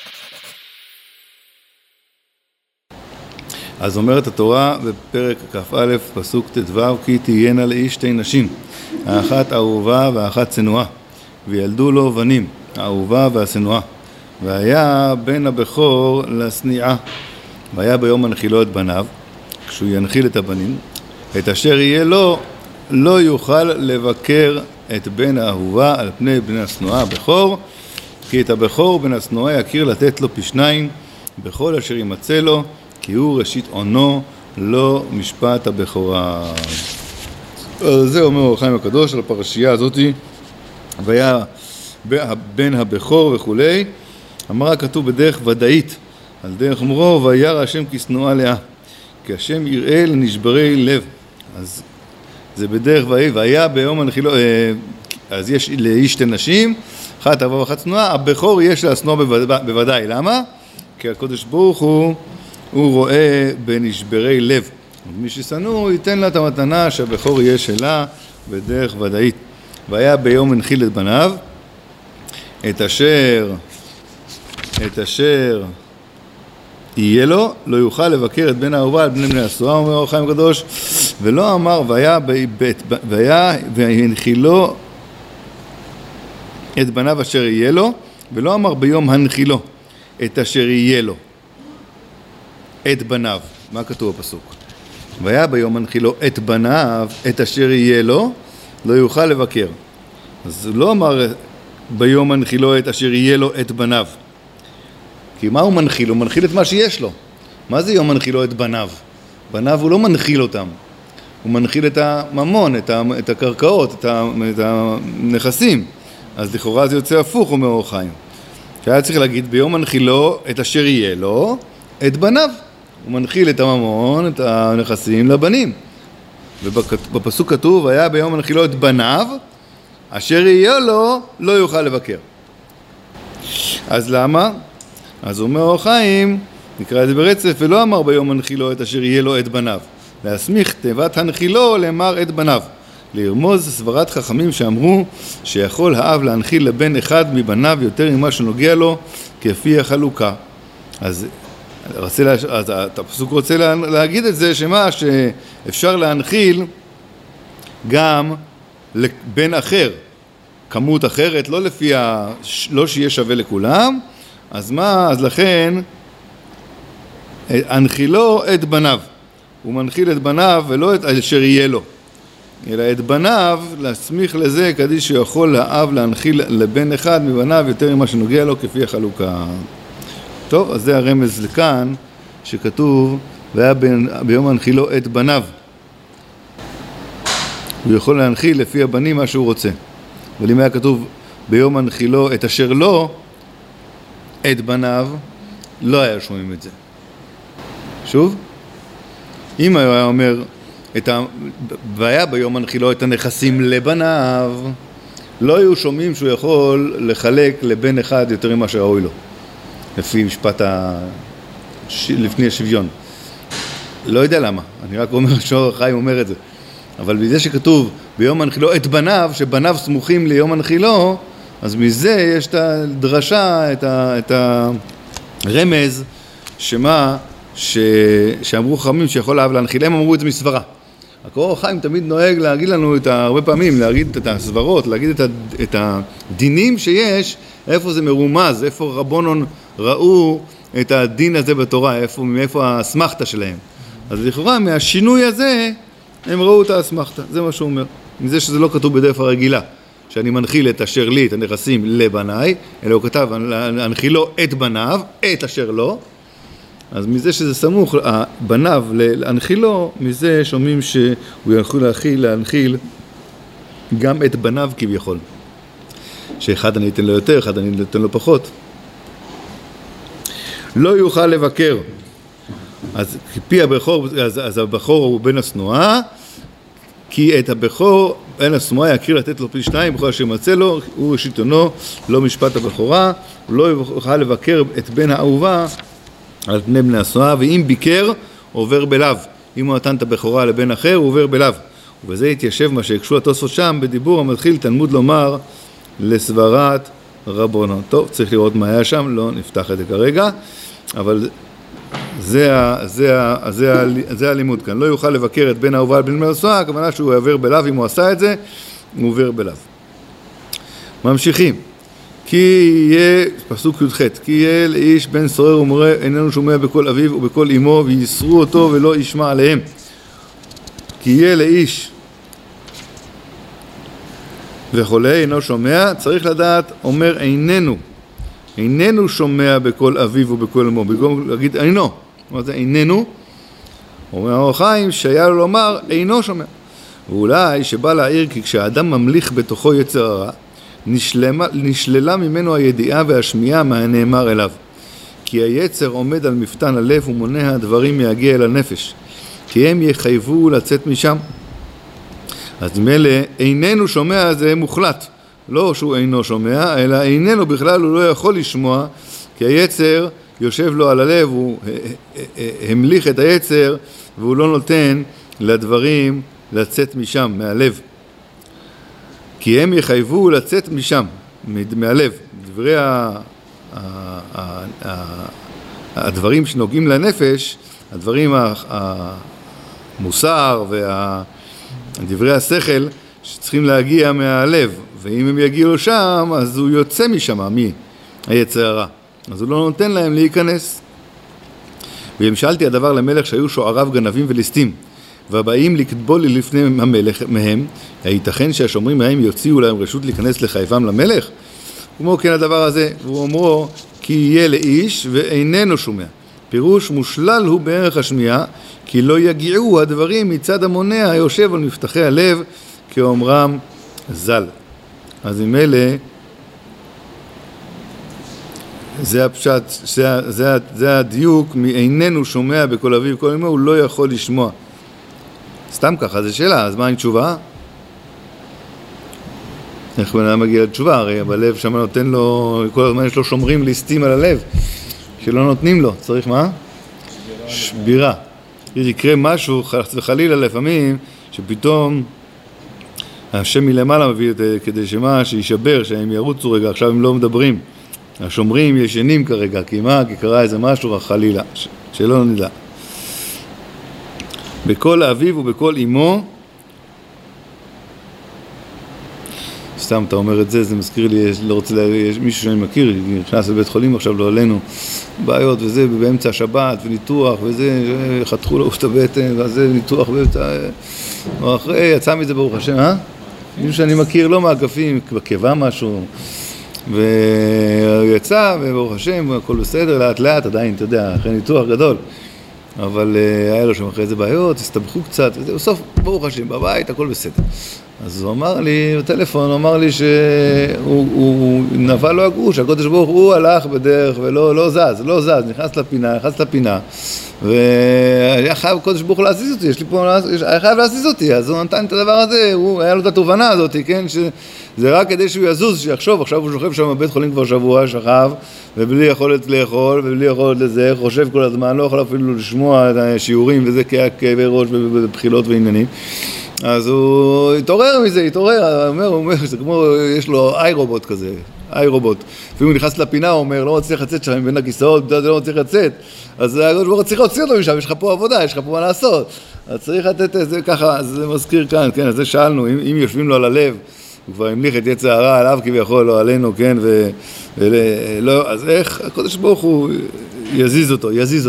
אז אומרת התורה בפרק כ"א פסוק ט"ו, כי תהיינה לאיש שתי נשים, האחת אהובה והאחת צנועה, וילדו לו בנים, האהובה והצנועה, והיה בן הבכור לשניעה, והיה ביום הנחילו את בניו, כשהוא ינחיל את הבנים, את אשר יהיה לו לא יוכל לבקר את בן האהובה על פני בן השנואה הבכור, כי את הבכור בן השנואה יכיר לתת לו פי שניים בכל אשר ימצא לו, כי הוא ראשית עונו, לא משפט הבכורה. זה אומר אור החיים הקדוש על הפרשייה הזאת, והיה בן הבכור וכולי. אמרה כתוב בדרך ודאית, על דרך אומרו, וירא השם כי שנואה לאה, כי השם יראה לנשברי לב. אז זה בדרך והיה ביום הנחילו, אז יש לאיש שתי נשים, אחת אהובה ואחת צנועה, הבכור יש להשנוא בוודאי. למה? כי הקדוש ברוך הוא רואה בנשברי לב. מי ששנוא ייתן לה את המתנה שהבכור יהיה שלה בדרך ודאית. והיה ביום הנחיל את בניו, את אשר יהיה לו, לא יוכל לבקר את בן האהובה על בני השנואה, אומר אור החיים הקדוש, ולא אמר והנחילו את בניו אשר יהיה לו, ולא אמר ביום הנחילו את אשר יהיה לו את בניו. מה כתוב בפסוק? והיה ביום הנחילו את בניו, את אשר יהיה לו, לא יוכל לבקר. אז הוא לא אמר ביום הנחילו את אשר יהיה לו את בניו. כי מה הוא מנחיל? הוא מנחיל את מה שיש לו. מה זה יום מנחילו את בניו? בניו הוא לא מנחיל אותם. הוא מנחיל את הממון, את הקרקעות, את הנכסים. אז לכאורה זה יוצא הפוך, אומר אור החיים. שהיה צריך להגיד ביום מנחילו את אשר יהיה לו את בניו. הוא מנחיל את הממון, את הנכסים לבנים. ובפסוק כתוב, היה ביום מנחילו את בניו, אשר יהיה לו לא יוכל לבקר. אז למה? אז אומר אור החיים, נקרא את זה ברצף, ולא אמר ביום הנחילו את אשר יהיה לו את בניו. להסמיך תיבת הנחילו לאמר את בניו. לרמוז סברת חכמים שאמרו שיכול האב להנחיל לבן אחד מבניו יותר ממה שנוגע לו כפי החלוקה. אז הפסוק רוצה להגיד את זה שמה שאפשר להנחיל גם לבן אחר, כמות אחרת, לא שיהיה שווה לכולם. אז מה? אז לכן הנחילו את בניו. הוא מנחיל את בניו ולא את אשר יהיה לו, אלא את בניו, להסמיך לזה כדי שיכול האב להנחיל לבן אחד מבניו יותר ממה שנוגע לו כפי החלוקה. טוב, אז זה הרמז לכאן שכתוב והיה ביום הנחילו את בניו. הוא יכול להנחיל לפי הבנים מה שהוא רוצה. אבל אם היה כתוב ביום הנחילו את אשר לא את בניו, לא היה שומעים את זה. שוב, אם היה אומר והיה ביום הנחילו את הנכסים לבניו, לא היו שומעים שהוא יכול לחלק לבן אחד יותר ממה שראוי לו, לפי משפט לפני השוויון. לא יודע למה, אני רק אומר שאור החיים אומר את זה. אבל בזה שכתוב ביום הנחילו את בניו, שבניו סמוכים ליום הנחילו, אז מזה יש את הדרשה, את הרמז, שאמרו חכמים שיכול האב להנחיל. הם אמרו את זה מסברה. אור החיים תמיד נוהג להגיד לנו הרבה פעמים, להגיד את הסברות, להגיד את הדינים שיש, איפה זה מרומז, איפה רבונון ראו את הדין הזה בתורה, מאיפה האסמכתה שלהם. אז לכאורה מהשינוי הזה הם ראו את האסמכתה, זה מה שהוא אומר. מזה שזה לא כתוב בדרך הרגילה, שאני מנחיל את אשר לי, את הנכסים לבניי, אלא הוא כתב להנחילו את בניו, את אשר לו. אז מזה שזה סמוך, בניו להנחילו, מזה שומעים שהוא יכול להנחיל גם את בניו כביכול. שאחד אני אתן לו יותר, אחד אני אתן לו פחות. לא יוכל לבקר. אז כפי הבכור, אז הבכור הוא בן השנואה, כי את הבכור בן השנואה יקיר לתת לו פי שניים בכל אשר ימצא לו, הוא ראשית עונו, לא משפט הבכורה, הוא לא יוכל לבקר את בן האהובה על פני בני השנואה, ואם ביקר עובר בלאו. אם הוא נתן את הבכורה לבן אחר הוא עובר בלאו. ובזה התיישב מה שהקשו התוספות שם בדיבור המתחיל תלמוד לומר לסברת רבונו. טוב, צריך לראות מה היה שם, לא נפתח את זה כרגע, אבל זה הלימוד כאן. לא יוכל לבקר את בן אהובה על בן מנוסה, הכוונה שהוא יעבר בלאו, אם הוא עשה את זה, הוא עובר בלאו. ממשיכים. כי יהיה, פסוק י"ח, כי יהיה לאיש בן סורר ומורה איננו שומע בקול אביו ובקול אמו ויסרו אותו ולא ישמע עליהם. כי יהיה לאיש וחולה אינו שומע, צריך לדעת, אומר איננו שומע בקול אביו ובקול אמו, במקום להגיד אינו, מה זה איננו? אומר האור החיים שהיה לו לומר אינו שומע. ואולי שבא להעיר כי כשהאדם ממליך בתוכו יצר הרע, נשללה ממנו הידיעה והשמיעה מהנאמר אליו. כי היצר עומד על מפתן הלב ומונע הדברים מהגיע אל הנפש, כי הם יחייבו לצאת משם. אז מלא איננו שומע זה מוחלט, לא שהוא אינו שומע, אלא איננו בכלל, הוא לא יכול לשמוע, כי היצר יושב לו על הלב, הוא המליך את היצר והוא לא נותן לדברים לצאת משם, מהלב. כי הם יחייבו לצאת משם, מהלב. דברי הדברים שנוגעים לנפש, הדברים המוסר ודברי השכל שצריכים להגיע מהלב, ואם הם יגיעו שם, אז הוא יוצא משם, מהיצר הרע. אז הוא לא נותן להם להיכנס. והמשלתי הדבר למלך שהיו שועריו גנבים וליסטים, והבאים לקטבול לפני המלך מהם, הייתכן שהשומרים מהם יוציאו להם רשות להיכנס לחייבם למלך? כמו כן הדבר הזה, והוא אומרו כי יהיה לאיש ואיננו שומע. פירוש מושלל הוא בערך השמיעה, כי לא יגיעו הדברים מצד המונע היושב על מפתחי הלב, כאומרם ז"ל. אז עם אלה, זה הפשט, זה הדיוק, מאיננו שומע בקול אביו ובקול אמו, הוא לא יכול לשמוע. סתם ככה, זו שאלה, אז מה עם תשובה? איך בן אדם מגיע לתשובה? הרי בלב שם נותן לו, כל הזמן יש לו שומרים ליסטים על הלב, שלא נותנים לו, צריך מה? שבירה. יקרה משהו, וחלילה לפעמים, שפתאום השם מלמעלה מביא את זה, כדי שישבר, שהם ירוצו רגע, עכשיו הם לא מדברים. השומרים ישנים כרגע, כי מה? כי קרה איזה משהו, חלילה, שלא נדע. בקול אביו ובקול אמו, סתם אתה אומר את זה, זה מזכיר לי, לא רוצה יש מישהו שאני מכיר, נכנס לבית חולים עכשיו, לא עלינו, בעיות וזה, באמצע השבת, וניתוח וזה, חתכו לו את הבטן, וזה ניתוח באמצע, או אחרי, יצא מזה ברוך השם, מישהו שאני מכיר, לא מהקפים, בקבע משהו, ויצא, וברוך השם, הכל בסדר, לאט לאט, עדיין, אתה יודע, אחרי ניתוח גדול, אבל היה לו שם אחרי זה בעיות, הסתבכו קצת, בסוף, ברוך השם, בבית, הכל בסדר. אז הוא אמר לי, בטלפון, הוא אמר לי שהוא נפל לו הגוש, הקודש ברוך הוא הלך בדרך ולא זז, נכנס לפינה, והיה חייב הקודש ברוך הוא להזיז אותי, היה חייב להזיז אותי, אז הוא נתן את הדבר הזה, היה לו את התובנה הזאת, כן, שזה רק כדי שהוא יזוז, שיחשוב, עכשיו הוא שוכב שם בבית חולים כבר שבוע, שכב, ובלי יכולת לאכול, ובלי יכולת לזה, חושב כל הזמן, לא יכול אפילו לשמוע את השיעורים, וזה כאבי ראש ובחילות ועניינים. אז הוא התעורר מזה, הוא אומר, זה כמו, יש לו איי-רובוט כזה, איי-רובוט. ואם הוא נכנס לפינה, הוא אומר, לא מצליח לצאת שם בין הכיסאות, לא מצליח לצאת. אז הוא צריך להוציא אותו משם, יש לך פה עבודה, יש לך פה מה לעשות. אז צריך לתת את זה ככה, אז זה מזכיר כאן, כן, אז זה שאלנו, אם יושבים לו על הלב, הוא כבר המליך את יצר הרע עליו כביכול, לא עלינו, כן, ולא, אז איך הקודש ברוך הוא יזיז אותו.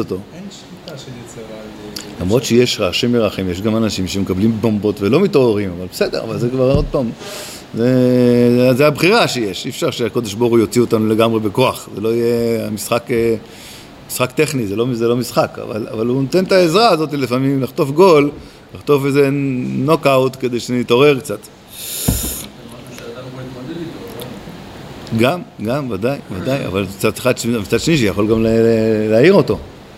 למרות שיש רעשי מרחם, יש גם אנשים שמקבלים בומבות ולא מתעוררים, אבל בסדר, אבל זה כבר עוד פעם, זה הבחירה שיש, אי אפשר שהקודש ברוך הוא יוציא אותנו לגמרי בכוח, זה לא יהיה משחק טכני, זה לא משחק, אבל הוא נותן את העזרה הזאת לפעמים לחטוף גול, לחטוף איזה נוקאוט כדי שנתעורר קצת. גם, ודאי, אבל מצד שני שיכול גם להעיר אותו.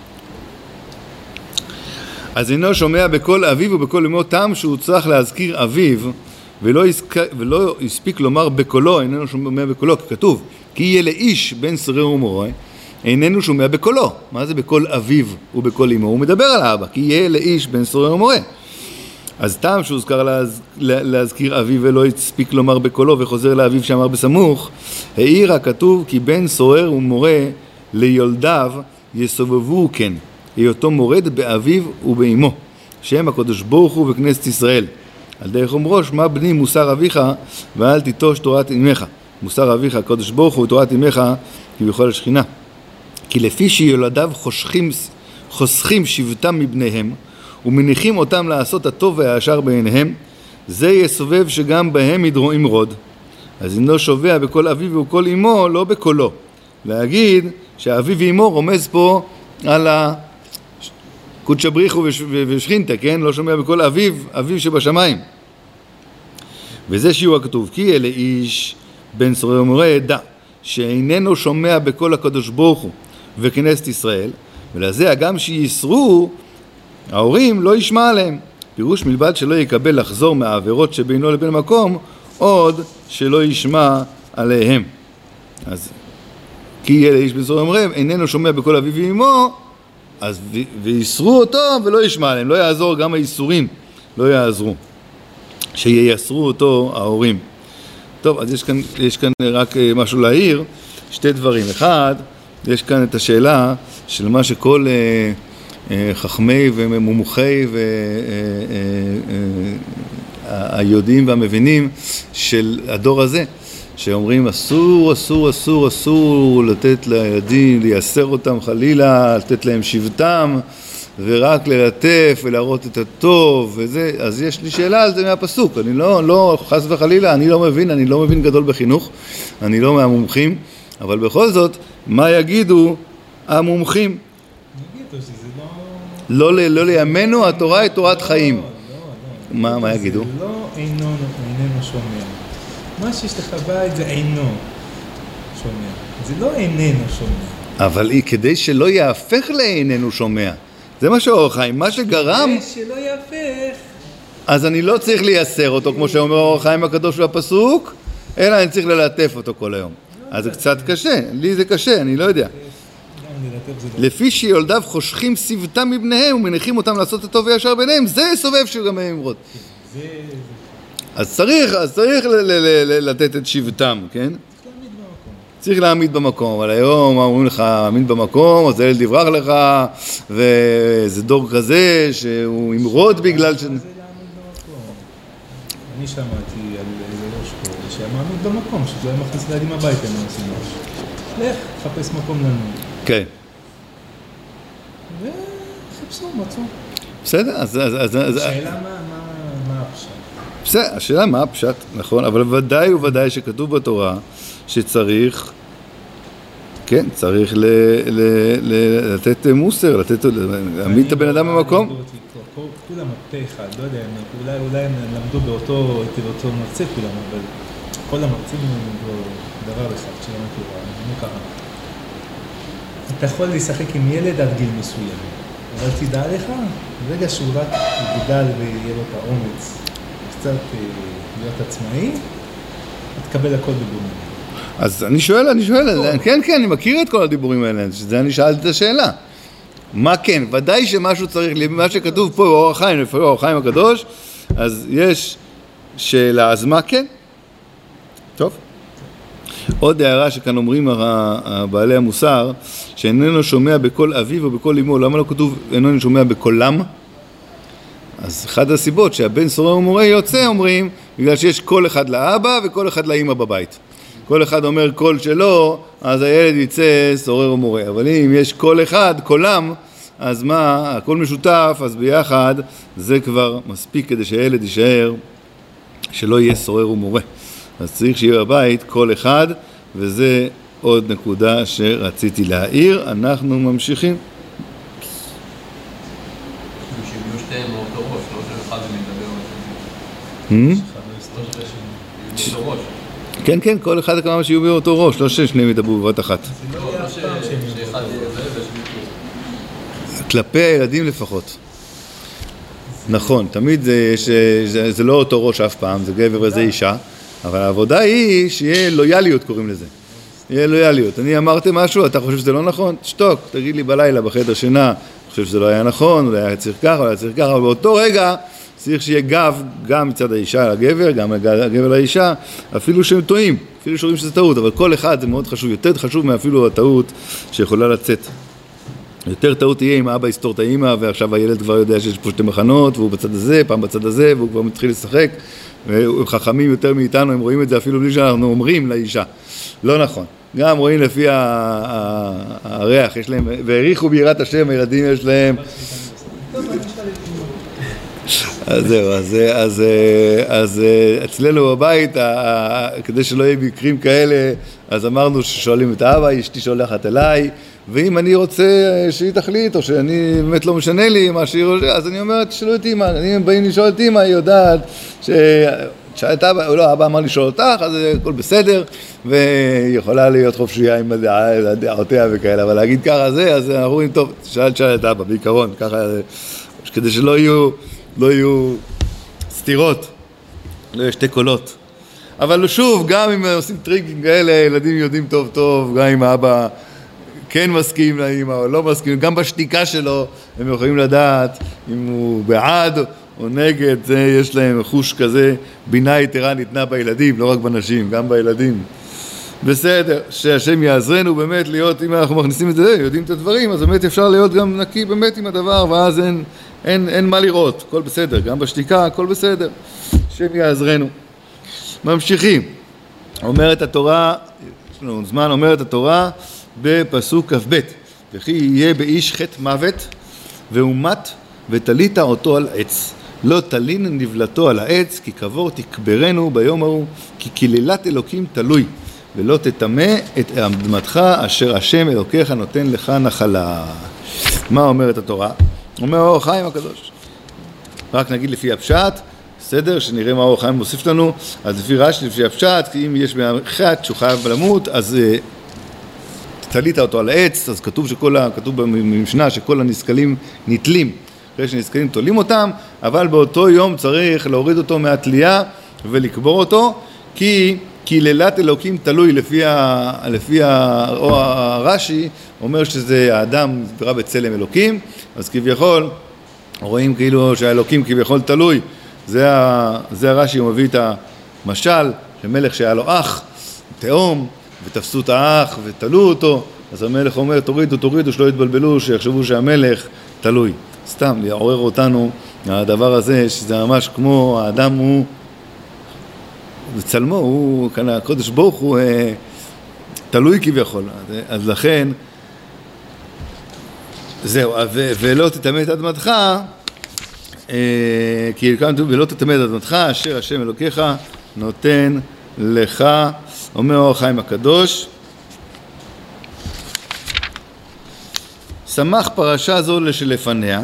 אז אינו שומע בקול אביו ובקול אמו, טעם שהוא צריך להזכיר אביו ולא הספיק לומר בקולו, איננו שומע בקולו, כי כתוב כי יהיה לאיש בן סורר ומורה איננו שומע בקולו. מה זה בקול אביו ובקול אמו? הוא מדבר על האבא, כי יהיה לאיש בן סורר ומורה. אז טעם שהוזכר להזכיר אביו ולא הספיק לומר בקולו וחוזר לאביו שאמר בסמוך, העיר הכתוב כי בן סורר ומורה ליולדיו יסובבו כן, היותו מורד באביו ובאמו, שם הקדוש ברוך הוא וכנסת ישראל. על דרך אומרו, שמע בני מוסר אביך ואל תיטוש תורת אמך. מוסר אביך הקדוש ברוך הוא ותורת אמך כביכול השכינה. כי לפי שיולדיו חוסכים שבטם מבניהם ומניחים אותם לעשות הטוב והישר בעיניהם, זה יסובב שגם בהם ימרוד. אז אינו שובע בכל אביו וכל אמו, לא בקולו. להגיד שאביו ואמו רומז פה על קודשא בריך הוא ושכינתא, כן? לא שומע בכל אביו שבשמיים. וזה שיעור הכתוב, כי אלה איש בן סורר ומורה ידע שאיננו שומע בכל הקדוש ברוך הוא וכנסת ישראל, ולזה הגם שיסרו ההורים לא ישמע עליהם. פירוש מלבד שלא יקבל לחזור מהעבירות שבינו לבין מקום, עוד שלא ישמע עליהם. אז כי אלה איש בן סורר ומורה איננו שומע בכל אביו ואמו, אז ויסרו אותו ולא ישמע עליהם, לא יעזור, גם האיסורים לא יעזרו, שייסרו אותו ההורים. טוב, אז יש כאן רק משהו להעיר, שתי דברים. אחד, יש כאן את השאלה של מה שכל חכמי ומומחי והיודעים והמבינים של הדור הזה, שאומרים אסור, אסור, אסור, אסור לתת לילדים, לייסר אותם חלילה, לתת להם שבטם, ורק ללטף ולהראות את הטוב וזה. אז יש לי שאלה על זה מהפסוק. אני לא חס וחלילה, אני לא מבין גדול בחינוך, אני לא מהמומחים, אבל בכל זאת, מה יגידו המומחים? יגידו שזה לא לימינו, התורה היא תורת חיים. מה יגידו? זה לא איננו שומע. מה שיש לך בית זה אינו שומע. זה לא איננו שומע. אבל כדי שלא יהפך לאיננו שומע. זה מה שאור החיים, מה שגרם... כדי שלא יהפך. אז אני לא צריך לייסר אותו, כמו שאומר אור החיים הקדוש בפסוק, אלא אני צריך ללטף אותו כל היום. אז זה קצת קשה, לי זה קשה, אני לא יודע. לפי שיולדיו חושכים שבטם מבניהם ומניחים אותם לעשות את הטוב וישר ביניהם, זה סובב שגם בהם ימרוד. אז צריך לתת את שבטם, כן? צריך להעמיד במקום, אבל היום אומרים לך, להעמיד במקום, אז הילד יברח לך, וזה דור כזה שהוא ימרוד בגלל ש... אני שמעתי על איזה ראש פה, שהמעמיד במקום, שזה היה מכניס לילדים הביתה, מה עושים ראש. לך, חפש מקום לנו. כן. וחיפשו, מצאו. בסדר, אז... השאלה מה הפשט? בסדר, השאלה מה הפשט, נכון, אבל ודאי וודאי שכתוב בתורה שצריך, כן, צריך לתת מוסר, להעמיד את הבן אדם במקום. כולם מפה אחד, לא יודע, אולי הם למדו באותו מרצה כולם, אבל כל המרצים למדו דבר אחד שלמדתי לא ככה. אתה יכול לשחק עם ילד עד גיל מסוים, אבל תדע לך, ברגע שהוא רק יגדל ויהיה לו את האומץ, קצת להיות עצמאי, תקבל הכל בגומים. אז אני שואל, כן, אני מכיר את כל הדיבורים האלה, שזה אני שאלתי את השאלה. מה כן? ודאי שמשהו צריך, מה שכתוב פה באור החיים, לפי אור החיים הקדוש, אז יש שאלה, אז מה כן? טוב. עוד הערה שכאן אומרים בעלי המוסר, שאיננו שומע בכל אביו ובכל אמו, למה לא כתוב איננו שומע בקולם? אז אחד הסיבות שהבן סורר ומורה יוצא, אומרים, בגלל שיש קול אחד לאבא וקול אחד לאמא בבית. כל אחד אומר קול שלו, אז הילד יצא סורר ומורה. אבל אם יש קול אחד, קולם, אז מה, הכל משותף, אז ביחד זה כבר מספיק כדי שהילד יישאר, שלא יהיה סורר ומורה. אז צריך שיהיה בבית קול אחד, וזה עוד נקודה שרציתי להעיר. אנחנו ממשיכים. שיהיו שתיהם מאותו ראש, לא שאחד מדבר מאותו ראש. כן, כל אחד כמה שיהיו באותו ראש, לא ששניהם ידברו בבת אחת. זה לא שאחד יהיה זה כלפי הילדים לפחות. נכון, תמיד זה לא אותו ראש אף פעם, זה גבר וזה אישה, אבל העבודה היא שיהיה לויאליות, קוראים לזה. יהיה לויאליות. אני אמרתי משהו, אתה חושב שזה לא נכון? שתוק, תגיד לי בלילה בחדר שינה, חושב שזה לא היה נכון, אולי היה צריך ככה, אבל באותו רגע צריך שיהיה גב גם מצד האישה לגבר, גם הגבר לאישה, אפילו שהם טועים, אפילו שרואים שזה טעות, אבל כל אחד זה מאוד חשוב, יותר חשוב מאפילו הטעות שיכולה לצאת. יותר טעות תהיה אם האבא יסתור את האמא, ועכשיו הילד כבר יודע שיש פה שתי מחנות, והוא בצד הזה, פעם בצד הזה, והוא כבר מתחיל לשחק, והם חכמים יותר מאיתנו, הם רואים את זה אפילו בלי שאנחנו אומרים לאישה. לא נכון. גם רואים לפי הריח, יש להם, והעריכו ביראת השם, הילדים יש להם. אז זהו, אז אצלנו בבית, כדי שלא יהיו מקרים כאלה, אז אמרנו ששואלים את האבא, אשתי שולחת אליי, ואם אני רוצה שהיא תחליט, או שאני באמת לא משנה לי מה שהיא רוצה, אז אני אומר, תשאלו את אמא, אם באים לשאול את אמא, היא יודעת תשאל את אבא, לא, אבא אמר לשאול אותך, אז הכל בסדר, והיא יכולה להיות חופשייה עם דעותיה וכאלה, אבל להגיד ככה זה, אז אנחנו רואים, טוב, תשאל את אבא, בעיקרון, ככה, כדי שלא יהיו סתירות, לא יהיו שתי קולות. אבל שוב, גם אם עושים טריקים כאלה, ילדים יודעים טוב טוב, גם אם האבא כן מסכים לאמא או לא מסכים, גם בשתיקה שלו הם יכולים לדעת אם הוא בעד או נגד, זה יש להם חוש כזה, בינה יתרה ניתנה בילדים, לא רק בנשים, גם בילדים. בסדר, שהשם יעזרנו באמת להיות, אם אנחנו מכניסים את זה, יודעים את הדברים, אז באמת אפשר להיות גם נקי באמת עם הדבר, ואז אין מה לראות, הכל בסדר, גם בשתיקה, הכל בסדר, השם יעזרנו. ממשיכים, אומרת התורה, יש לנו זמן, אומרת התורה בפסוק כ"ב, וכי יהיה באיש חטא מוות והומת ותלית אותו על עץ, לא תלין נבלתו על העץ, כי קבור תקברנו ביום ההוא, כי כלילת אלוקים תלוי, ולא תטמא את אדמתך אשר השם אלוקיך נותן לך נחלה. מה אומרת התורה? אומר אור החיים הקדוש. רק נגיד לפי הפשט, בסדר, שנראה מה אור החיים מוסיף לנו, אז לפי רש"י, לפי הפשט, כי אם יש באחד שהוא חייב למות, אז תלית אותו על העץ, אז כתוב במשנה שכל הנסקלים נתלים, אחרי שנסקלים תולים אותם, אבל באותו יום צריך להוריד אותו מהתלייה ולקבור אותו, כי לילת אלוקים תלוי, לפי הרש"י, אומר שזה האדם נברא בצלם אלוקים, אז כביכול, רואים כאילו שהאלוקים כביכול תלוי, זה הרש"י, הוא מביא את המשל, שמלך שהיה לו אח, תאום, ותפסו את האח ותלו אותו, אז המלך אומר תורידו, שלא יתבלבלו, שיחשבו שהמלך תלוי. סתם לעורר אותנו הדבר הזה, שזה ממש כמו האדם הוא בצלמו, הוא כאן הקודש ברוך הוא תלוי כביכול, אז לכן זהו, ולא תטמא את אדמתך, כי ולא תטמא את אדמתך אשר השם אלוקיך נותן לך, אומר אור החיים הקדוש. שמח פרשה זו לשלפניה,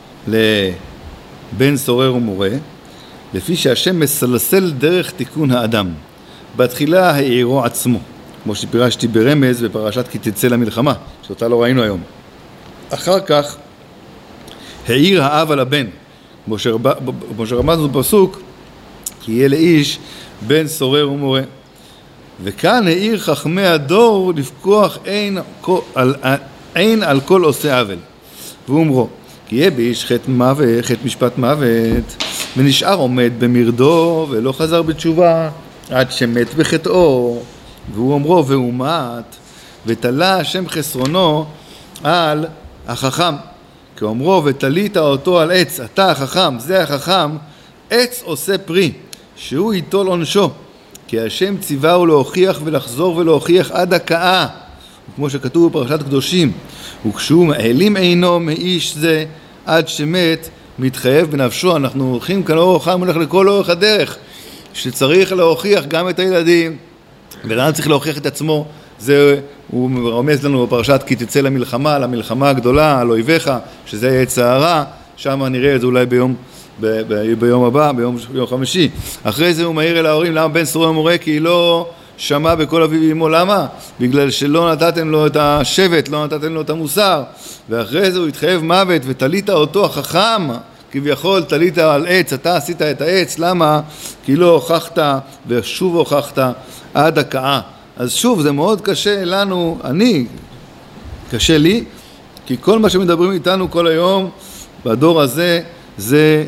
לבן סורר ומורה, לפי שהשם מסלסל דרך תיקון האדם. בתחילה העירו עצמו, כמו שפירשתי ברמז בפרשת כי תצא למלחמה, שאותה לא ראינו היום. אחר כך העיר האב על הבן, כמו שרמזנו בפסוק, כי יהיה לאיש בן סורר ומורה. וכאן העיר חכמי הדור לפקוח אין על כל עושה עוול. ואומרו, כי יהיה באיש חטא משפט מוות, ונשאר עומד במרדו ולא חזר בתשובה עד שמת בחטאו. והוא אומרו והומת, ותלה השם חסרונו על החכם. כי אומרו ותלית אותו על עץ, אתה החכם, זה החכם, עץ עושה פרי, שהוא ייטול עונשו. כי השם ציווהו להוכיח ולחזור ולהוכיח עד הכאה, כמו שכתוב בפרשת קדושים, וכשהוא מעלים עינו מאיש זה עד שמת, מתחייב בנפשו. אנחנו הולכים כאן אור החיים, הולך לכל אורך הדרך, שצריך להוכיח גם את הילדים, ולאן צריך להוכיח את עצמו. זה הוא רומז לנו בפרשת כי תצא למלחמה, למלחמה הגדולה, על אויביך, שזה יהיה צערה, שם נראה את זה אולי ביום הבא, ביום חמישי. אחרי זה הוא מעיר אל ההורים, למה בן סורר ומורה? כי לא שמע בכל אביו ואמו. למה? בגלל שלא נתתם לו את השבט, לא נתתם לו את המוסר. ואחרי זה הוא התחייב מוות, ותלית אותו החכם, כביכול תלית על עץ, אתה עשית את העץ. למה? כי לא הוכחת ושוב הוכחת עד הכאה. אז שוב, זה מאוד קשה לנו, קשה לי, כי כל מה שמדברים איתנו כל היום בדור הזה, זה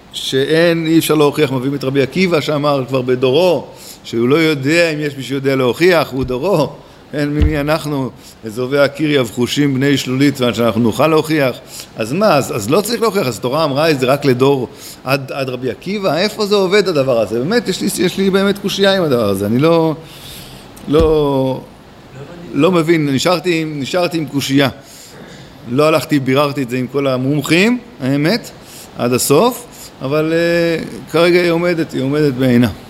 אי אפשר להוכיח, מביאים את רבי עקיבא שאמר כבר בדורו, שהוא לא יודע אם יש מי שיודע להוכיח, הוא דורו, אין מי אנחנו, אזובי הקיר יבחושים בני שלולית, ואנחנו נוכל להוכיח, אז מה, אז לא צריך להוכיח, אז התורה אמרה את זה רק לדור עד רבי עקיבא, איפה זה עובד הדבר הזה? באמת, יש לי באמת קושייה עם הדבר הזה, אני לא מבין, נשארתי עם קושייה, לא הלכתי, ביררתי את זה עם כל המומחים, האמת, עד הסוף, אבל כרגע היא עומדת בעינה. אני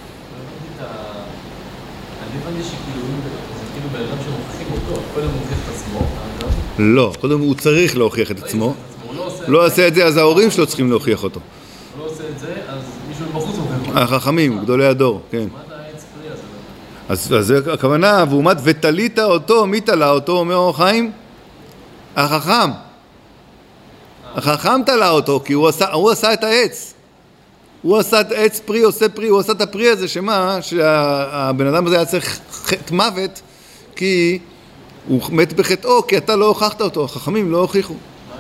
הבנתי שכאילו, זה כאילו בן אדם שמוכיחים אותו, קודם מוכיח את עצמו, לא, קודם הוא צריך להוכיח את עצמו, לא עושה את זה, אז ההורים שלו צריכים להוכיח אותו. הוא לא עושה את זה, אז מישהו בחוץ מוכיח אותו. החכמים, גדולי הדור, כן. מה זה העץ פרי הזה? אז זה הכוונה, והוא ותלית אותו, מי תלה אותו, אומר אור החיים? החכם. החכם תלה אותו, כי הוא עשה את העץ. הוא עשה את עץ פרי, עושה פרי, הוא עשה את הפרי הזה, שהבן אדם הזה היה צריך חטא מוות, כי הוא מת בחטאו, כי אתה לא הוכחת אותו, החכמים לא הוכיחו.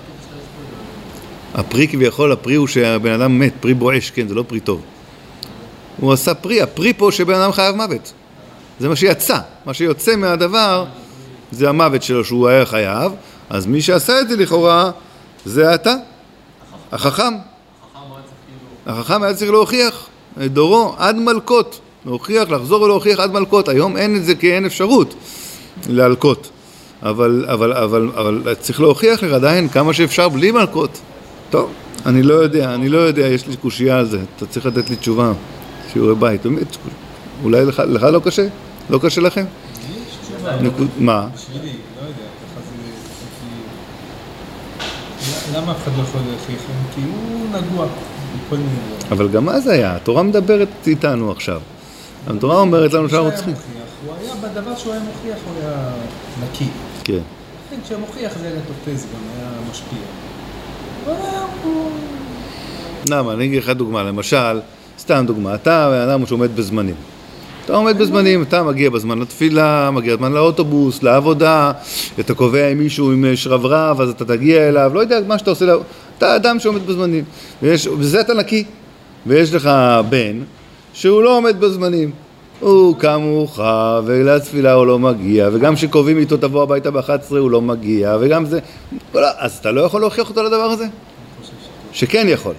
הפרי כביכול, הפרי הוא שהבן אדם מת, פרי בואש, כן, זה לא פרי טוב. הוא עשה פרי, הפרי פה שבן אדם חייב מוות. זה מה שיצא, מה שיוצא מהדבר, זה המוות שלו שהוא היה חייב, אז מי שעשה את זה לכאורה, זה אתה, החכם. החכם היה צריך להוכיח את דורו עד מלכות, להוכיח, לחזור ולהוכיח עד מלכות. היום אין את זה כי אין אפשרות להלקות, אבל צריך להוכיח לך עדיין כמה שאפשר בלי מלכות. טוב, אני לא יודע, יש לי קושייה על זה, אתה צריך לתת לי תשובה, שיעורי בית, באמת, אולי לך לא קשה? לא קשה לכם? מה? בשבילי, לא יודע, ככה זה... למה אף אחד לא יכול להוכיח? כי הוא נגוע. אבל גם מה זה היה? התורה מדברת איתנו עכשיו. התורה אומרת לנו שאנחנו צריכים. הוא היה בדבר שהוא היה מוכיח, הוא היה נקי. כן. כשהוא מוכיח זה היה תופס גם, היה משפיע. למה? אני אגיד לך דוגמה. למשל, סתם דוגמה, אתה אדם שעומד בזמנים. אתה עומד בזמנים, אתה מגיע בזמן לתפילה, מגיע בזמן לאוטובוס, לעבודה, אתה קובע עם מישהו עם שרברב, אז אתה תגיע אליו, לא יודע מה שאתה עושה, אתה אדם שעומד בזמנים, וזה אתה נקי, ויש לך בן שהוא לא עומד בזמנים, הוא קם מאוחר, ולתפילה הוא לא מגיע, וגם שקובעים איתו תבוא הביתה ב-11 הוא לא מגיע, וגם זה, אז אתה לא יכול להוכיח אותו לדבר הזה? שכן יכול.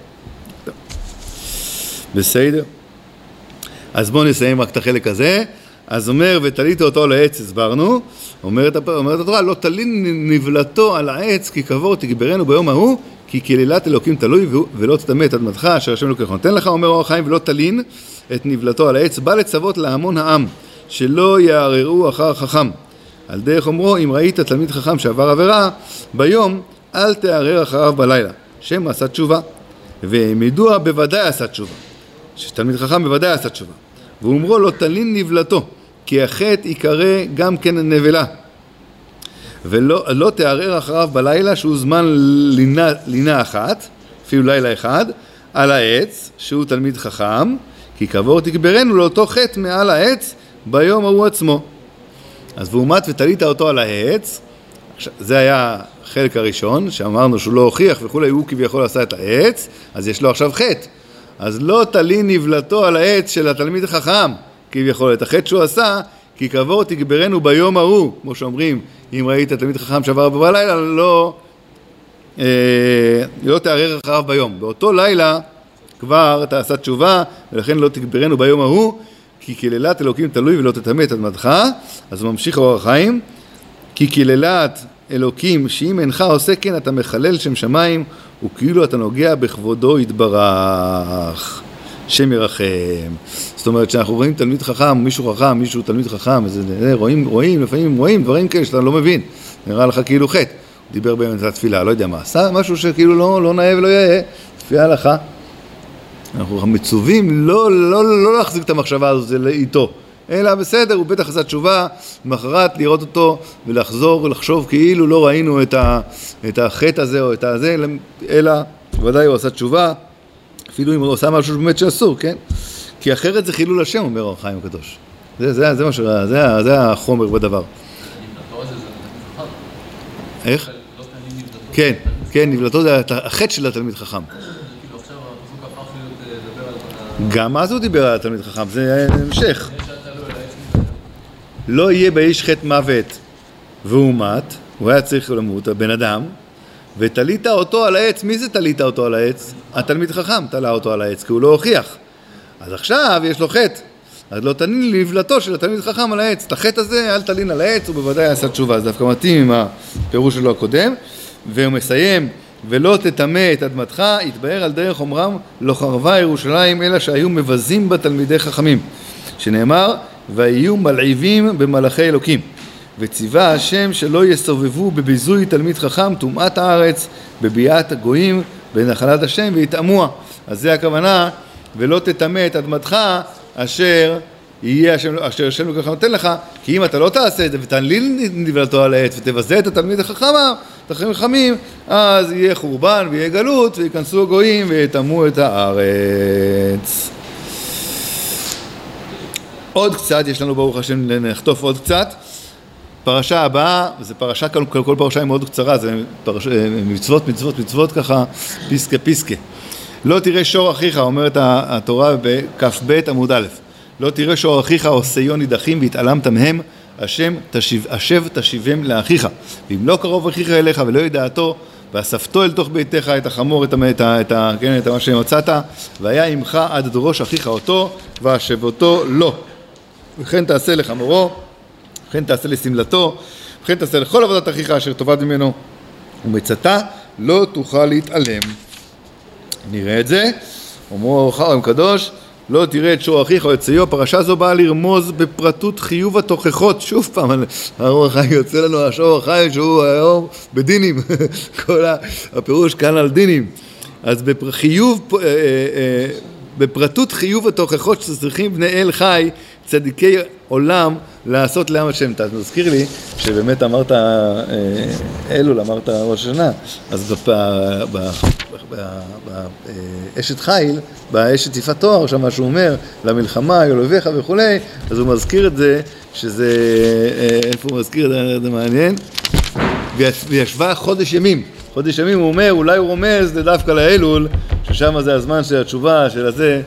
בסדר. אז בואו נסיים רק את החלק הזה. אז אומר, ותלית אותו על העץ, הסברנו, אומרת התורה, לא תלין נבלתו על העץ, כי קבור תגברנו ביום ההוא, כי כלילת אלוקים תלוי, ולא תטמא את אדמתך, אשר השם אלוקיך נותן לך, אומר אור החיים, ולא תלין את נבלתו על העץ, בא לצוות להמון העם, שלא יערערו אחר חכם. על דרך אומרו, אם ראית תלמיד חכם שעבר עבירה, ביום אל תערער אחריו בלילה, שם עשה תשובה, והם ידוע בוודאי עשה תשובה. שתלמיד חכם בוודאי עשה תשובה. ואומרו לו תלין נבלתו, כי החטא יקרא גם כן נבלה. ולא תערער אחריו בלילה שהוא זמן לינה אחת, אפילו לילה אחד, על העץ, שהוא תלמיד חכם, כי קבור תגברנו לאותו חטא מעל העץ ביום ההוא עצמו. אז והומת ותלית אותו על העץ, זה היה חלק הראשון, שאמרנו שהוא לא הוכיח וכולי, הוא כביכול עשה את העץ, אז יש לו עכשיו חטא. אז לא תלין נבלתו על העץ של התלמיד החכם, כביכול את החטא שהוא עשה, כי קבור תגברנו ביום ההוא, כמו שאומרים, אם ראית תלמיד חכם שעבר בלילה, לא תערער אחריו ביום. באותו לילה כבר אתה עשה תשובה, ולכן לא תגברנו ביום ההוא, כי כלילת אלוקים תלוי ולא תטמא את אדמתך. אז ממשיך אור החיים, כי כלילת אלוקים, שאם אינך עושה כן, אתה מחלל שם שמיים, וכאילו אתה נוגע בכבודו יתברך, שם ירחם. זאת אומרת, שאנחנו רואים תלמיד חכם, מישהו חכם, מישהו תלמיד חכם, לפעמים רואים דברים כאלה שאתה לא מבין, נראה לך כאילו חטא. הוא דיבר באמת על התפילה, לא יודע מה, עשה משהו שכאילו לא נאה ולא יאה, תפילה לך. אנחנו מצווים לא להחזיק את המחשבה הזו איתו, אלא בסדר, הוא בטח עשה תשובה, מחרת לראות אותו ולחזור ולחשוב כאילו לא ראינו את החטא הזה או את הזה, אלא ודאי הוא עשה תשובה, אפילו אם הוא עושה משהו באמת שאסור, כן? כי אחרת זה חילול השם, אומר אור החיים הקדוש. זה החומר בדבר. איך? כן, נבלתו זה החטא של התלמיד חכם. כאילו עכשיו הפסוק הפך להיות גם אז הוא דיבר על התלמיד חכם, זה המשך. לא יהיה באיש חטא מוות והוא מת, הוא היה צריך למות, הבן אדם, ותלית אותו על העץ. מי זה תלית אותו על העץ? התלמיד חכם תלה אותו על העץ, כי הוא לא הוכיח. אז עכשיו יש לו חטא, אז לא תלין לבלתו של התלמיד חכם על העץ. את החטא הזה אל תלין על העץ, הוא בוודאי עשה תשובה. אז דווקא מתאים עם הפירוש שלו הקודם, והוא מסיים, ולא תטמא את אדמתך, יתבהר על דרך אומרם, לא חרבה ירושלים, אלא שהיו מבזים בה תלמידי חכמים. שנאמר, והיו מלעיבים במלאכי אלוקים. וציווה השם שלא יסובבו בביזוי תלמיד חכם טומאת הארץ, בביאת הגויים, בנחלת השם ויתאמוה. אז זה הכוונה, ולא תטמא את אדמתך, אשר יהיה השם לא ככה נותן לך, כי אם אתה לא תעשה את זה ותנליל נבלתו על העץ ותבזה את התלמיד החכמים, אז יהיה חורבן ויהיה גלות ויכנסו הגויים ויתאמו את הארץ. עוד קצת, יש לנו ברוך השם לחטוף עוד קצת. פרשה הבאה, זה פרשה, כל פרשה היא מאוד קצרה, זה מצוות ככה, פיסקה. לא תראה שור אחיך, אומרת התורה בכ"ב עמוד א', לא תראה שור אחיך עושיו נידחים והתעלמת מהם, השב תשיבם לאחיך. ואם לא קרוב אחיך אליך ולא ידעתו, ואספתו אל תוך ביתך את החמור, את מה שמצאת, והיה עמך עד דרוש אחיך אותו, והשבותו לו. וכן תעשה לחמורו, וכן תעשה לסמלתו, וכן תעשה לכל עבודת אחיך אשר תאבד ממנו, ומצאתה לא תוכל להתעלם. נראה את זה. אומרו אור החיים קדוש, לא תראה את שור אחיך או את ציו. פרשה זו באה לרמוז בפרטות חיוב התוכחות. שוב פעם, האור החיים יוצא לנו השור החיים שהוא היום בדינים. כל הפירוש כאן על דינים. אז בפרטות חיוב התוכחות שצריכים בני אל חי, צדיקי עולם, לעשות לעם השם. אתה מזכיר לי שבאמת אמרת אלול, אמרת ראש השנה, אז באשת חיל, באשת יפת תואר, שם מה שהוא אומר, למלחמה, יולביך וכו', אז הוא מזכיר את זה, שזה, איפה הוא מזכיר את זה מעניין? וישבה חודש ימים. חודש ימים הוא אומר, אולי הוא רומז דווקא לאלול, ששם זה הזמן של התשובה, של הזה,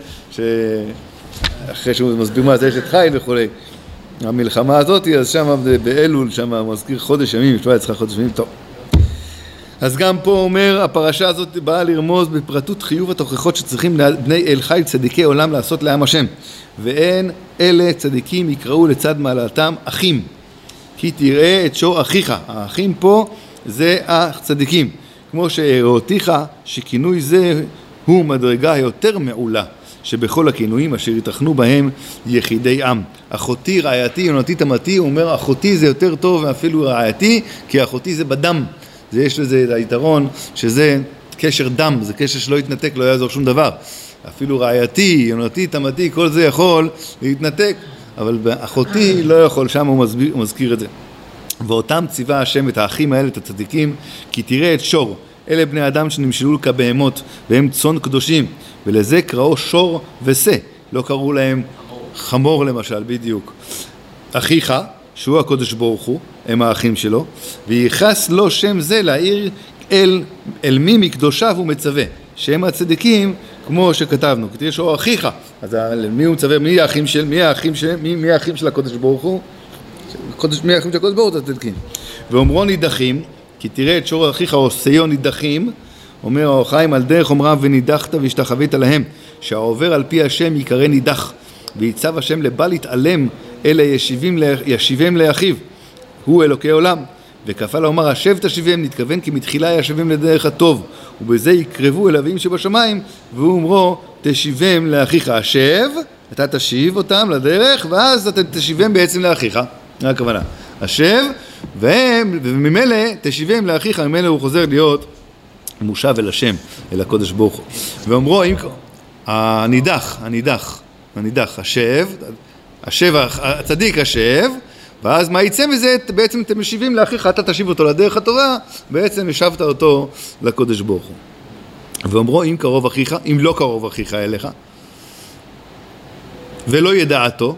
אחרי שהוא מסביר מה זה אשת חיל וכו'. המלחמה הזאת, אז שם באלול, שם הוא מזכיר חודש ימים, ישבה אצלך חודש ימים, טוב. אז גם פה אומר, הפרשה הזאת באה לרמוז בפרטות חיוב התוכחות שצריכים בני אל חי צדיקי עולם לעשות לעם השם. ואין אלה צדיקים יקראו לצד מעלתם אחים, כי תראה את שור אחיך. האחים פה זה הצדיקים. כמו שהראותיך שכינוי זה הוא מדרגה יותר מעולה, שבכל הכינויים אשר יתכנו בהם יחידי עם. אחותי, רעייתי, יונתי, תמתי, הוא אומר אחותי זה יותר טוב מאפילו רעייתי, כי אחותי זה בדם. יש לזה את היתרון שזה קשר דם, זה קשר שלא יתנתק, לא יעזור שום דבר. אפילו רעייתי, יונתי, תמתי, כל זה יכול להתנתק, אבל באחותי לא יכול, שם הוא מזכיר את זה. ואותם ציווה השם את האחים האלה, את הצדיקים, כי תראה את שור, אלה בני אדם שנמשלו כבהמות, והם צאן קדושים, ולזה קראו שור ושא, לא קראו להם חמור למשל, בדיוק. אחיך, שהוא הקודש ברוך הוא, הם האחים שלו, וייחס לו שם זה להעיר אל מי מקדושיו הוא מצווה, שהם הצדיקים, כמו שכתבנו, כי תראה שור אחיך, אז מי הוא מצווה, מי האחים של הקודש ברוך הוא? מי האחים של הקודש ברוך הוא? הצדיקים. ואומרו נידחים, כי תראה את שור אחיך עושיו נידחים, אומר האור החיים, על דרך אומרם ונידחת והשתחווית להם, שהעובר על פי השם יקרא נידח, ויצב השם לבל יתעלם, אלה ישיבם לאחיו, הוא אלוקי עולם. וכפה לאומר השב תשיבם, נתכוון כי מתחילה ישבם לדרך הטוב, ובזה יקרבו אל אביהם שבשמיים, והוא אומרו תשיבם לאחיך. השב, אתה תשיב אותם לדרך, ואז אתה תשיבם בעצם לאחיך. זה הכוונה. השב, וממילא תשיבם לאחיך, ממילא הוא חוזר להיות מושב אל השם, אל הקודש ברוך הוא. ואומרו, הנידח, השב, הצדיק השב, ואז מה יצא מזה? בעצם אתם משיבים לאחיך, אתה תשיב אותו לדרך הטובה, בעצם השבת אותו לקודש ברוך הוא. ואומרו, אם לא קרוב אחיך אליך, ולא ידעתו,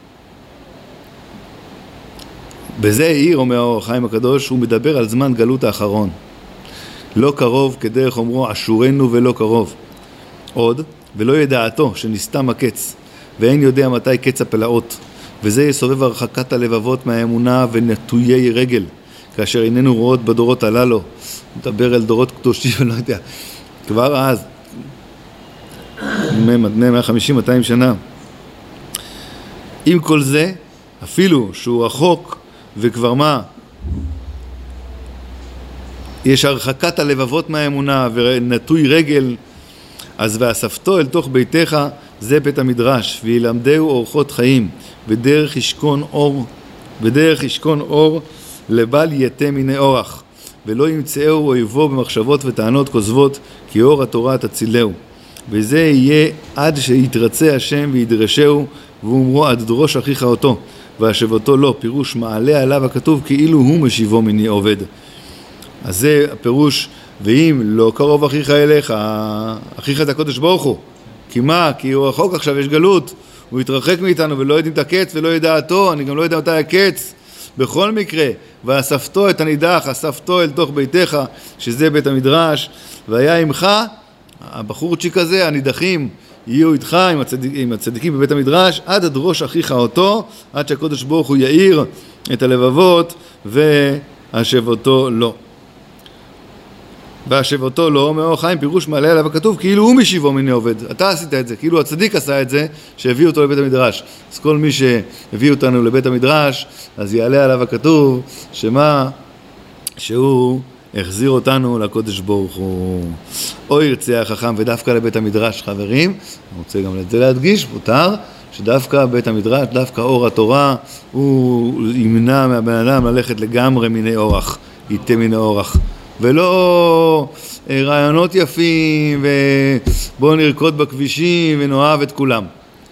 בזה העיר, אומר האור החיים הקדוש, הוא מדבר על זמן גלות האחרון. לא קרוב כדרך אומרו, אשורנו ולא קרוב. עוד, ולא ידעתו שנסתם הקץ, ואין יודע מתי קץ הפלאות, וזה יסובב הרחקת הלבבות מהאמונה ונטויי רגל, כאשר איננו רואות בדורות הללו, מדבר על דורות קדושים, אני לא יודע, כבר אז, 150-200 שנה. עם כל זה, אפילו שהוא רחוק, וכבר מה? יש הרחקת הלבבות מהאמונה ונטוי רגל, אז ואספתו אל תוך ביתך, זה בית המדרש, וילמדהו אורחות חיים, בדרך ישכון אור לבל יתה מיני אורח, ולא ימצאהו אויבו במחשבות וטענות כוזבות, כי אור התורה תצילהו. וזה יהיה עד שיתרצה השם וידרשהו, ואומרו עד דרוש אחיך אותו, והשבתו לא, פירוש מעלה עליו הכתוב כאילו הוא משיבו מיני עובד. אז זה הפירוש, ואם לא קרוב אחיך אליך, אחיך זה הקודש ברוך הוא. כי מה? כי הוא רחוק עכשיו, יש גלות, הוא יתרחק מאיתנו ולא יודעים את הקץ ולא ידעתו, אני גם לא יודע מתי הקץ. בכל מקרה, ואספתו את הנידח, אספתו אל תוך ביתך, שזה בית המדרש, והיה עמך, הבחורצ'יק הזה, הנידחים, יהיו איתך עם הצדיקים בבית המדרש, עד הדרוש אחיך אותו, עד שהקודש ברוך הוא יאיר את הלבבות, והשבתו לא. והשבתו לא, מאור חיים, פירוש מעלה עליו הכתוב, כאילו הוא משיבו מיני עובד. אתה עשית את זה, כאילו הצדיק עשה את זה, שהביא אותו לבית המדרש. אז כל מי שהביא אותנו לבית המדרש, אז יעלה עליו הכתוב, שמה? שהוא החזיר אותנו לקודש ברוך הוא. או ירצה החכם ודווקא לבית המדרש, חברים, אני רוצה גם את זה להדגיש, מותר, שדווקא בית המדרש, דווקא אור התורה, הוא ימנע מהבן אדם ללכת לגמרי מיני אורח, ייתה מיני אורח. ולא רעיונות יפים, ובואו נרקוד בכבישים ונאהב את כולם.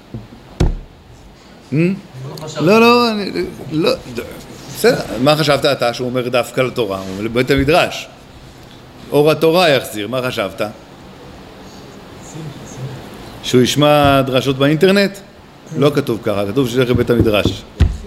לא, בסדר, מה חשבת אתה שהוא אומר דווקא לתורה? הוא אומר לבית המדרש. אור התורה יחזיר, מה חשבת? שהוא ישמע דרשות באינטרנט? לא כתוב ככה, כתוב שילך לבית המדרש.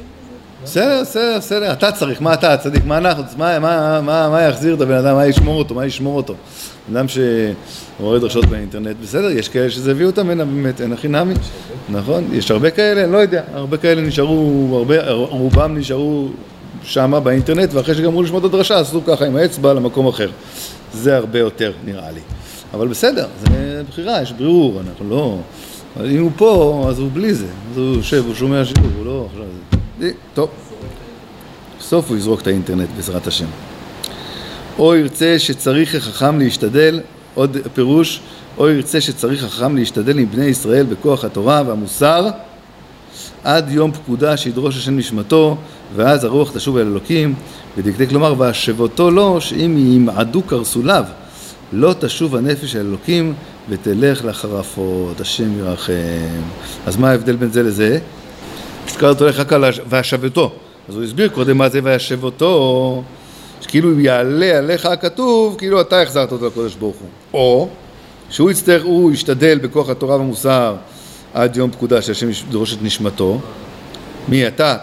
בסדר, אתה צריך, מה אתה, צדיק, מה אנחנו, מה יחזיר את הבן אדם, מה ישמור אותו? אדם שרואה דרשות באינטרנט, בסדר, יש כאלה שזה הביא אותם, באמת, אין הכי נמי, נכון? יש הרבה כאלה, לא יודע, הרבה כאלה נשארו, רובם נשארו שמה באינטרנט, ואחרי שגמרו לשמוע את הדרשה, עשו ככה עם האצבע למקום אחר. זה הרבה יותר, נראה לי. אבל בסדר, זה בחירה, יש בריאור, אנחנו לא... אם הוא פה, אז הוא בלי זה, אז הוא יושב, הוא שומע שיעור, הוא לא... טוב, בסוף הוא יזרוק את האינטרנט בעזרת השם. או ירצה שצריך החכם להשתדל, עוד פירוש, או ירצה שצריך החכם להשתדל עם בני ישראל בכוח התורה והמוסר, עד יום פקודה שידרוש השם נשמתו, ואז הרוח תשוב אל אלוקים, ודקדק לומר, והשבתו לו, שאם ימעדו קרסוליו, לא תשוב הנפש אל אלוקים, ותלך לחרפות, השם ירחם. אז מה ההבדל בין זה לזה? הזכרת הולך רק על והשבתו. אז הוא הסביר קודם מה זה והשבתו, שכאילו יעלה עליך הכתוב, כאילו אתה החזרת אותו לקודש ברוך הוא. או שהוא יצטרך, הוא ישתדל בכוח התורה והמוסר עד יום פקודה שהשם ידרוש את נשמתו. מי אתה?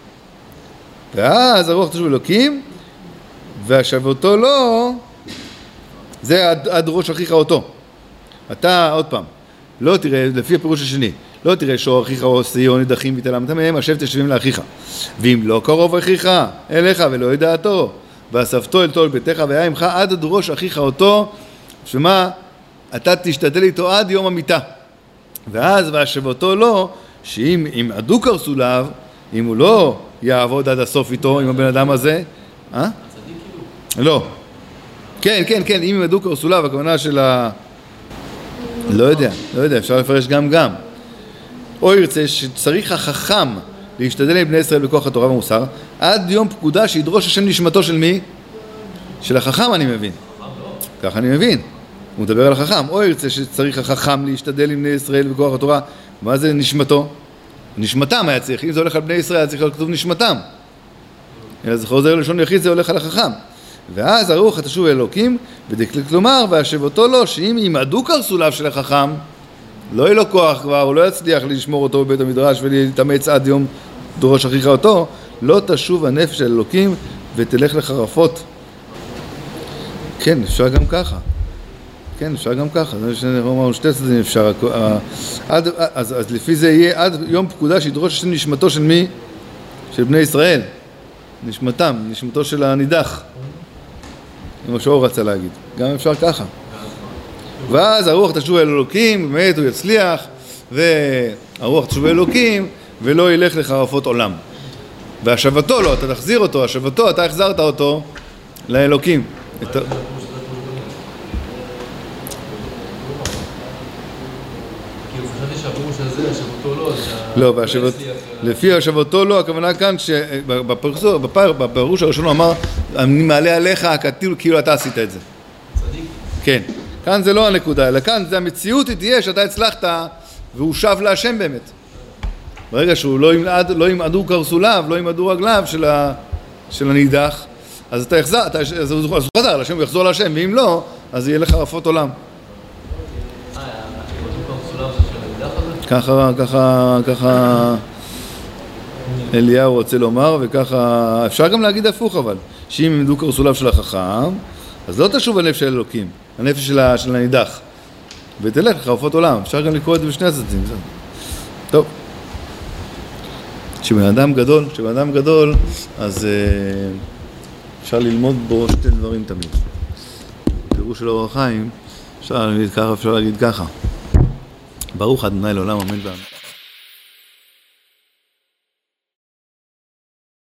ואז הרוח תשוב אלוקים, והשבתו לא, זה עד ראש אחיך אותו. אתה, עוד פעם, לא תראה, לפי הפירוש השני, לא תראה שאור אחיך או סיון נידחים ותלמת מהם, השב תשבים לאחיך. ואם לא קרוב אחיך אליך ולא ידעתו, ואספתו אל תול ביתך והיה עמך עד דרוש אחיך אותו, שמה? אתה תשתדל איתו עד יום המיטה. ואז והשבתו לא, שאם ימעדו קרסוליו, אם הוא לא יעבוד עד הסוף איתו, עם הבן אדם הזה, לא. כן, אם ימעדו קרסוליו, הכוונה של לא יודע, אפשר לפרש גם. או ירצה שצריך החכם להשתדל עם בני ישראל בכוח התורה והמוסר, עד יום פקודה שידרוש השם נשמתו של מי? של החכם, אני מבין. ככה אני מבין. הוא מדבר על החכם. או ירצה שצריך החכם להשתדל עם בני ישראל בכוח התורה. מה זה נשמתו? נשמתם היה צריך. אם זה הולך על בני ישראל, היה צריך לכתוב נשמתם. אלא זה חוזר לשון יחיד, זה הולך על החכם. ואז הרוח תשוב אל אלוקים, ודקלק לומר, והשבתו לו, שאם ימעדו קרסוליו של החכם, לא יהיה לו כוח כבר, הוא לא יצליח לשמור אותו בבית המדרש ולהתאמץ עד יום דרוש אחיך אותו, לא תשוב הנפש אל אלוקים ותלך לחרפות. כן, אפשר גם ככה. כן, אפשר גם ככה, אמרנו שתי צדדים אפשר, אז לפי זה יהיה עד יום פקודה שידרוש נשמתו של מי? של בני ישראל, נשמתם, נשמתו של הנידח, כמו שאור רצה להגיד, גם אפשר ככה. ואז הרוח תשוב אל אלוקים, באמת הוא יצליח, והרוח תשוב אל אלוקים, ולא ילך לחרפות עולם. והשבתו לא, אתה תחזיר אותו, השבתו, אתה החזרת אותו לאלוקים. כאילו חשבתי שהפירוש הזה, השבתו לא, לא, לפי השבתו לא, הכוונה כאן שבפירוש הראשון הוא אמר, אני מעלה עליך, כאילו אתה עשית את זה. צדיק? כן. כאן זה לא הנקודה, אלא כאן זה המציאות תהיה שאתה הצלחת והוא שב להשם באמת. ברגע שהוא לא ימעדו קרסוליו, לא ימעדו רגליו של הנידח, אז אתה יחזר, אז הוא חזר להשם, הוא יחזור להשם, ואם לא, אז יהיה לך רפות עולם. ככה אליהו רוצה לומר, וככה אפשר גם להגיד הפוך, אבל שאם ימדו קרסוליו של החכם, אז לא תשוב הנפש של אלוקים, הנפש של הנידח, ותלך לך רפות עולם. אפשר גם לקרוא את זה בשני הצדדים. טוב, כשבן אדם גדול, אז אפשר ללמוד בו שתי דברים תמיד. פירוש של אור החיים, אפשר להגיד ככה, ברוך ה' לעולם אמן ואמן.